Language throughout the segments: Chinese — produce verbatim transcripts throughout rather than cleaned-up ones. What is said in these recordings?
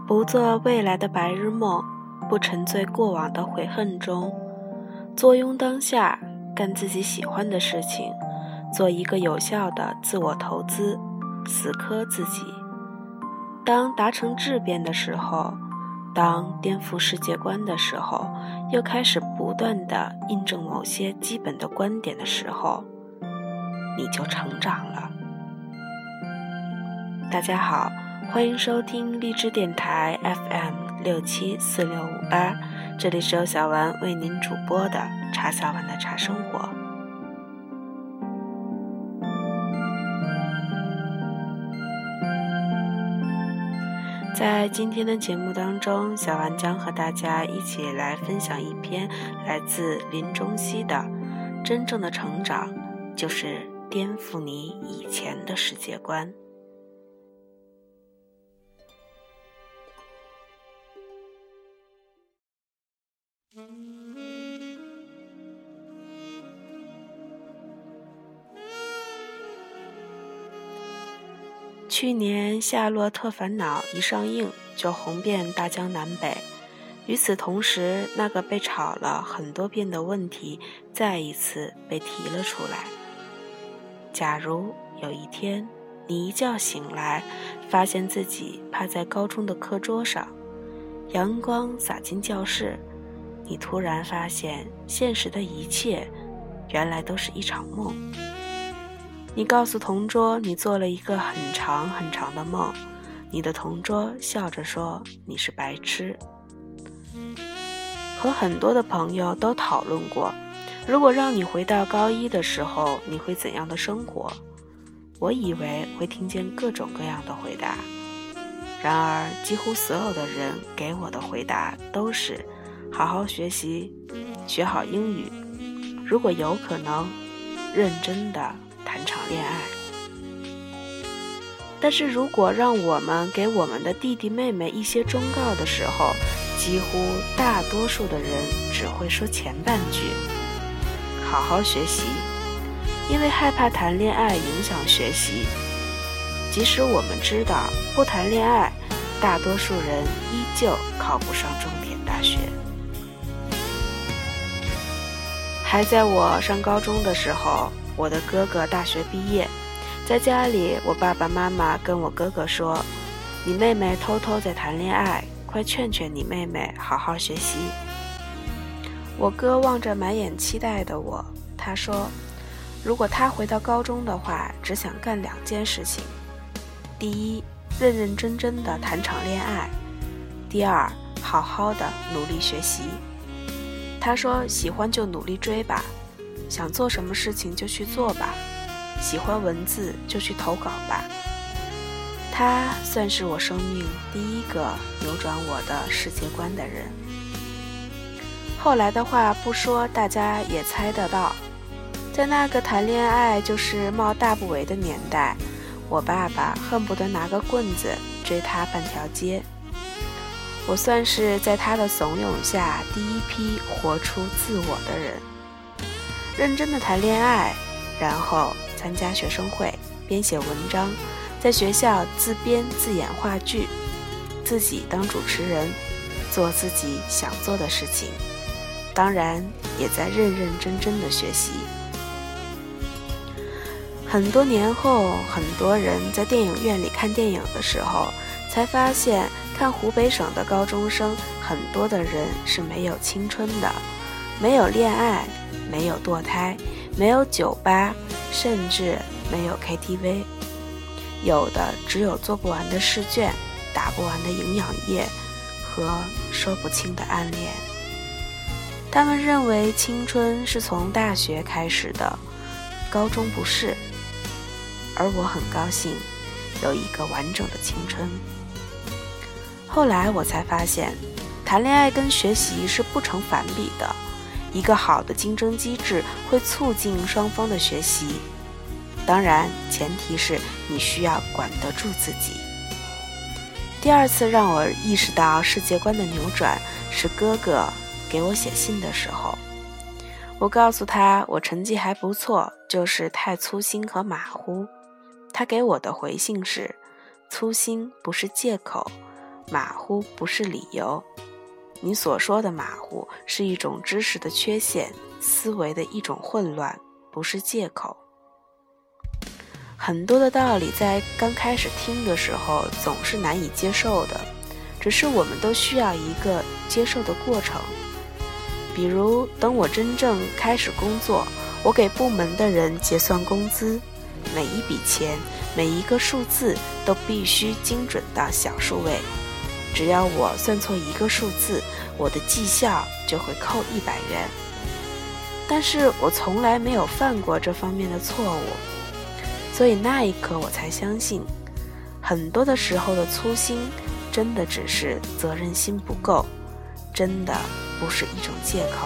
不做未来的白日梦，不沉醉过往的悔恨中，坐拥当下，干自己喜欢的事情，做一个有效的自我投资，死磕自己。当达成质变的时候，当颠覆世界观的时候，又开始不断地印证某些基本的观点的时候，你就成长了。大家好，欢迎收听荔枝电台 F M 六七四六五八，这里是由小丸为您主播的茶小丸的茶生活。在今天的节目当中，小丸将和大家一起来分享一篇来自林中熙的《真正的成长就是颠覆你以前的世界观》。去年《夏洛特烦恼》一上映就红遍大江南北，与此同时，那个被炒了很多遍的问题再一次被提了出来。假如有一天你一觉醒来，发现自己趴在高中的课桌上，阳光洒进教室，你突然发现现实的一切原来都是一场梦。你告诉同桌你做了一个很长很长的梦，你的同桌笑着说你是白痴。和很多的朋友都讨论过，如果让你回到高一的时候，你会怎样的生活？我以为会听见各种各样的回答，然而几乎所有的人给我的回答都是好好学习，学好英语，如果有可能，认真的谈场恋爱。但是如果让我们给我们的弟弟妹妹一些忠告的时候，几乎大多数的人只会说前半句，好好学习，因为害怕谈恋爱影响学习。即使我们知道不谈恋爱，大多数人依旧考不上重点大学。还在我上高中的时候，我的哥哥大学毕业，在家里我爸爸妈妈跟我哥哥说，你妹妹偷偷在谈恋爱，快劝劝你妹妹好好学习。我哥望着满眼期待的我，他说如果他回到高中的话，只想干两件事情，第一，认认真真的谈场恋爱，第二，好好的努力学习。他说喜欢就努力追吧，想做什么事情就去做吧，喜欢文字就去投稿吧。他算是我生命第一个扭转我的世界观的人。后来的话不说，大家也猜得到，在那个谈恋爱就是冒大不韪的年代，我爸爸恨不得拿个棍子追他半条街。我算是在他的怂恿下第一批活出自我的人，认真的谈恋爱，然后参加学生会，编写文章，在学校自编自演话剧，自己当主持人，做自己想做的事情，当然也在认认真真的学习。很多年后，很多人在电影院里看电影的时候，才发现看湖北省的高中生，很多的人是没有青春的，没有恋爱，没有堕胎，没有酒吧，甚至没有 K T V， 有的只有做不完的试卷，打不完的营养液和说不清的暗恋。他们认为青春是从大学开始的，高中不是，而我很高兴有一个完整的青春。后来我才发现，谈恋爱跟学习是不成反比的，一个好的竞争机制会促进双方的学习，当然前提是你需要管得住自己。第二次让我意识到世界观的扭转，是哥哥给我写信的时候。我告诉他我成绩还不错，就是太粗心和马虎。他给我的回信是，粗心不是借口， 马虎不是理由，你所说的马虎是一种知识的缺陷，思维的一种混乱，不是借口。很多的道理在刚开始听的时候总是难以接受的，只是我们都需要一个接受的过程。比如等我真正开始工作，我给部门的人结算工资，每一笔钱，每一个数字都必须精准到小数位，只要我算错一个数字，我的绩效就会扣一百元。但是我从来没有犯过这方面的错误，所以那一刻我才相信，很多的时候的粗心真的只是责任心不够，真的不是一种借口。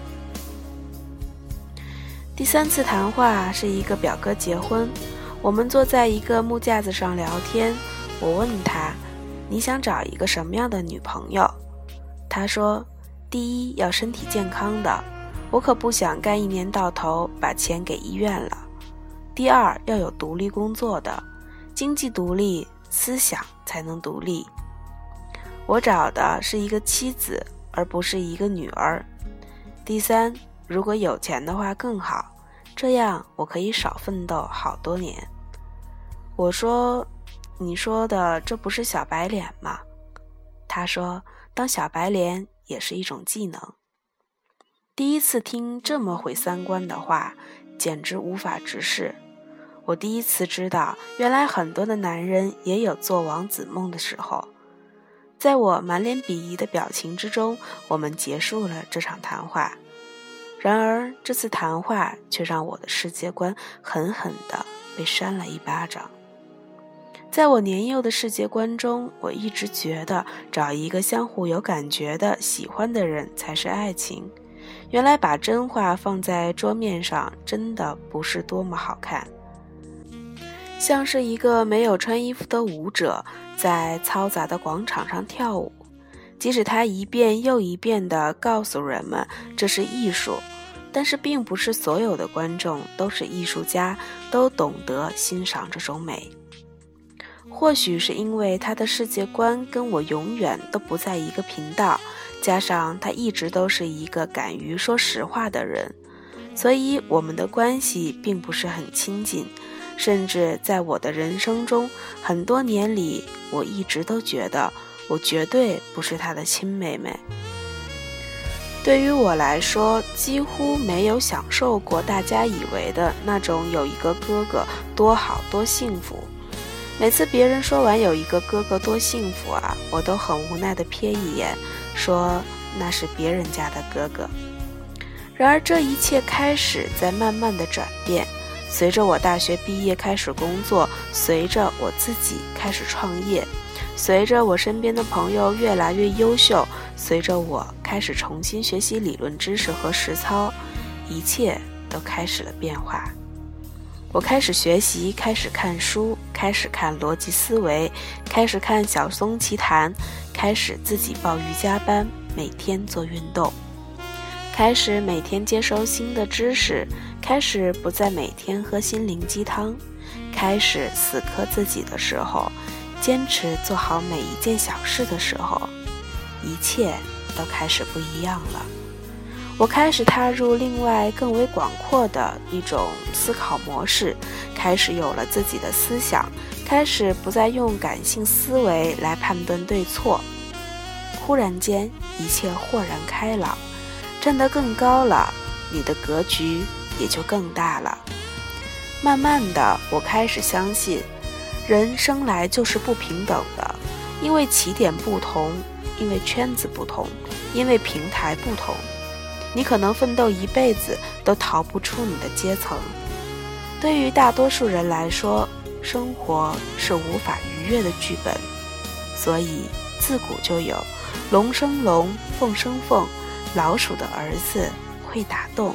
第三次谈话是一个表哥结婚，我们坐在一个木架子上聊天，我问他，你想找一个什么样的女朋友？他说，第一要身体健康的，我可不想干一年到头把钱给医院了。第二要有独立工作的，经济独立，思想才能独立。我找的是一个妻子，而不是一个女儿。第三，如果有钱的话更好，这样我可以少奋斗好多年。我说，你说的这不是小白脸吗？他说，当小白脸也是一种技能。第一次听这么毁三观的话，简直无法直视。我第一次知道，原来很多的男人也有做王子梦的时候。在我满脸鄙夷的表情之中，我们结束了这场谈话。然而这次谈话却让我的世界观狠狠地被扇了一巴掌。在我年幼的世界观中，我一直觉得找一个相互有感觉的喜欢的人才是爱情。原来把真话放在桌面上真的不是多么好看，像是一个没有穿衣服的舞者在嘈杂的广场上跳舞，即使他一遍又一遍地告诉人们这是艺术，但是并不是所有的观众都是艺术家，都懂得欣赏这种美。或许是因为他的世界观跟我永远都不在一个频道，加上他一直都是一个敢于说实话的人，所以我们的关系并不是很亲近，甚至在我的人生中很多年里，我一直都觉得我绝对不是他的亲妹妹。对于我来说，几乎没有享受过大家以为的那种有一个哥哥多好多幸福。每次别人说完有一个哥哥多幸福啊，我都很无奈地瞥一眼，说那是别人家的哥哥。然而这一切开始在慢慢的转变，随着我大学毕业开始工作，随着我自己开始创业，随着我身边的朋友越来越优秀，随着我开始重新学习理论知识和实操，一切都开始了变化。我开始学习，开始看书，开始看逻辑思维，开始看小松奇谈，开始自己报瑜伽班，每天做运动，开始每天接收新的知识，开始不再每天喝心灵鸡汤，开始死磕自己的时候，坚持做好每一件小事的时候，一切都开始不一样了。我开始踏入另外更为广阔的一种思考模式，开始有了自己的思想，开始不再用感性思维来判断对错。忽然间，一切豁然开朗，站得更高了，你的格局也就更大了。慢慢的，我开始相信，人生来就是不平等的，因为起点不同，因为圈子不同，因为平台不同。你可能奋斗一辈子都逃不出你的阶层。对于大多数人来说，生活是无法逾越的剧本，所以自古就有龙生龙，凤生凤，老鼠的儿子会打洞。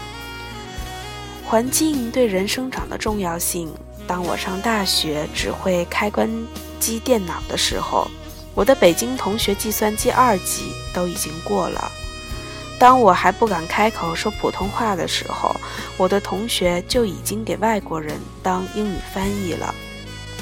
环境对人生长的重要性，当我上大学只会开关机电脑的时候，我的北京同学计算机二级都已经过了。当我还不敢开口说普通话的时候，我的同学就已经给外国人当英语翻译了。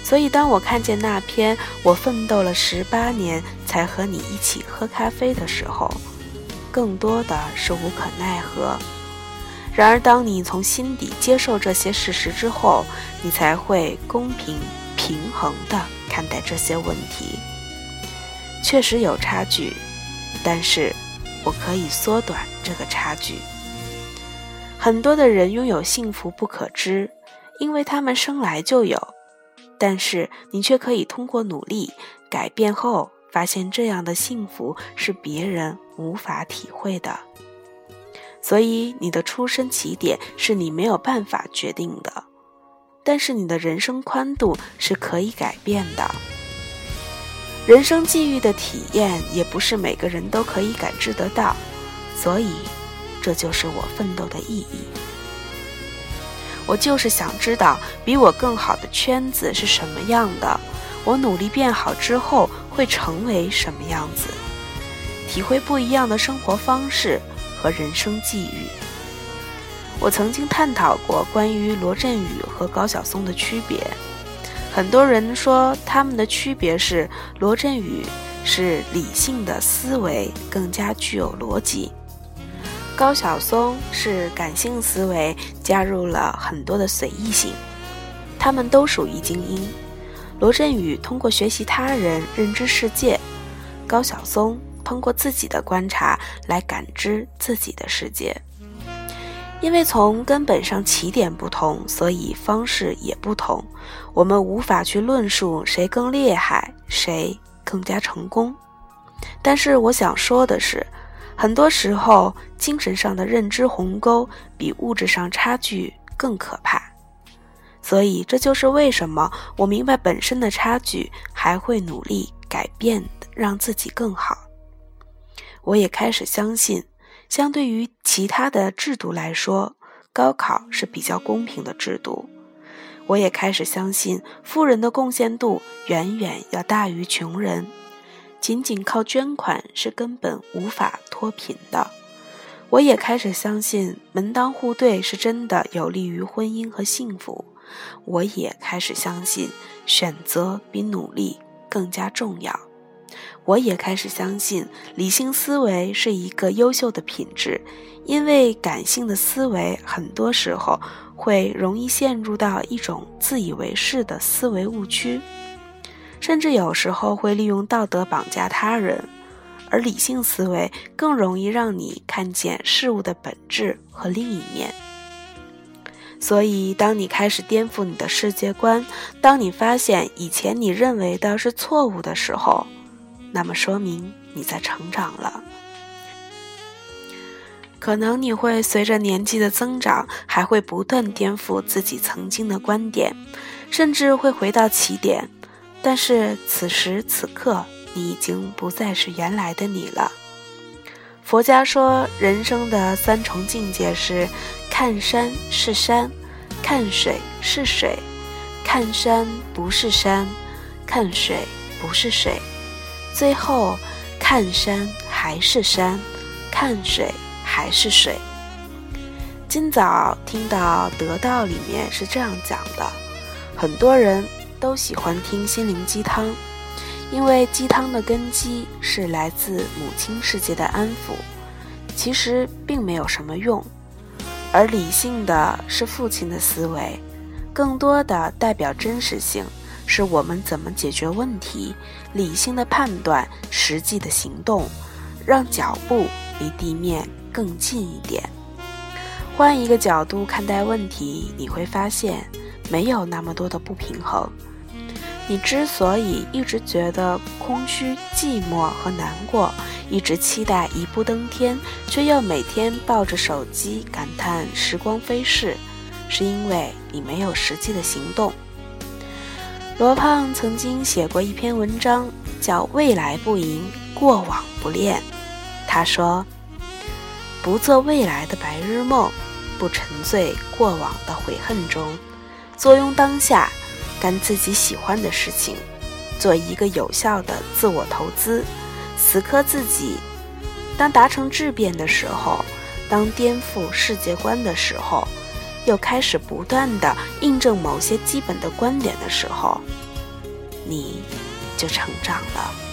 所以当我看见那篇我奋斗了十八年才和你一起喝咖啡的时候，更多的是无可奈何。然而当你从心底接受这些事实之后，你才会公平平衡地看待这些问题。确实有差距，但是我可以缩短这个差距。很多的人拥有幸福不可知，因为他们生来就有，但是你却可以通过努力改变后，发现这样的幸福是别人无法体会的。所以你的出生起点是你没有办法决定的，但是你的人生宽度是可以改变的。人生际遇的体验也不是每个人都可以感知得到，所以这就是我奋斗的意义。我就是想知道比我更好的圈子是什么样的，我努力变好之后会成为什么样子，体会不一样的生活方式和人生际遇。我曾经探讨过关于罗振宇和高晓松的区别，很多人说他们的区别是罗振宇是理性的思维更加具有逻辑，高晓松是感性思维加入了很多的随意性。他们都属于精英，罗振宇通过学习他人认知世界，高晓松通过自己的观察来感知自己的世界。因为从根本上起点不同，所以方式也不同，我们无法去论述谁更厉害，谁更加成功。但是我想说的是，很多时候精神上的认知鸿沟比物质上差距更可怕。所以这就是为什么我明白本身的差距，还会努力改变，让自己更好。我也开始相信，相对于其他的制度来说，高考是比较公平的制度。我也开始相信，富人的贡献度远远要大于穷人，仅仅靠捐款是根本无法脱贫的。我也开始相信，门当户对是真的有利于婚姻和幸福。我也开始相信，选择比努力更加重要。我也开始相信，理性思维是一个优秀的品质，因为感性的思维很多时候会容易陷入到一种自以为是的思维误区，甚至有时候会利用道德绑架他人，而理性思维更容易让你看见事物的本质和另一面。所以当你开始颠覆你的世界观，当你发现以前你认为的是错误的时候，那么说明你在成长了。可能你会随着年纪的增长，还会不断颠覆自己曾经的观点，甚至会回到起点，但是此时此刻，你已经不再是原来的你了。佛家说，人生的三重境界是看山是山，看水是水，看山不是山，看水不是水，最后看山还是山，看水还是水。今早听到得道里面是这样讲的，很多人都喜欢听心灵鸡汤，因为鸡汤的根基是来自母亲世界的安抚，其实并没有什么用。而理性的是父亲的思维，更多的代表真实性，是我们怎么解决问题，理性的判断，实际的行动，让脚步离地面更近一点。换一个角度看待问题，你会发现没有那么多的不平衡。你之所以一直觉得空虚、寂寞和难过，一直期待一步登天，却又每天抱着手机感叹时光飞逝，是因为你没有实际的行动。罗胖曾经写过一篇文章，叫《未来不迎，过往不恋》。他说，不做未来的白日梦，不沉醉过往的悔恨中，坐拥当下，干自己喜欢的事情，做一个有效的自我投资，死磕自己。当达成质变的时候，当颠覆世界观的时候，又开始不断地印证某些基本的观点的时候， 你就成长了。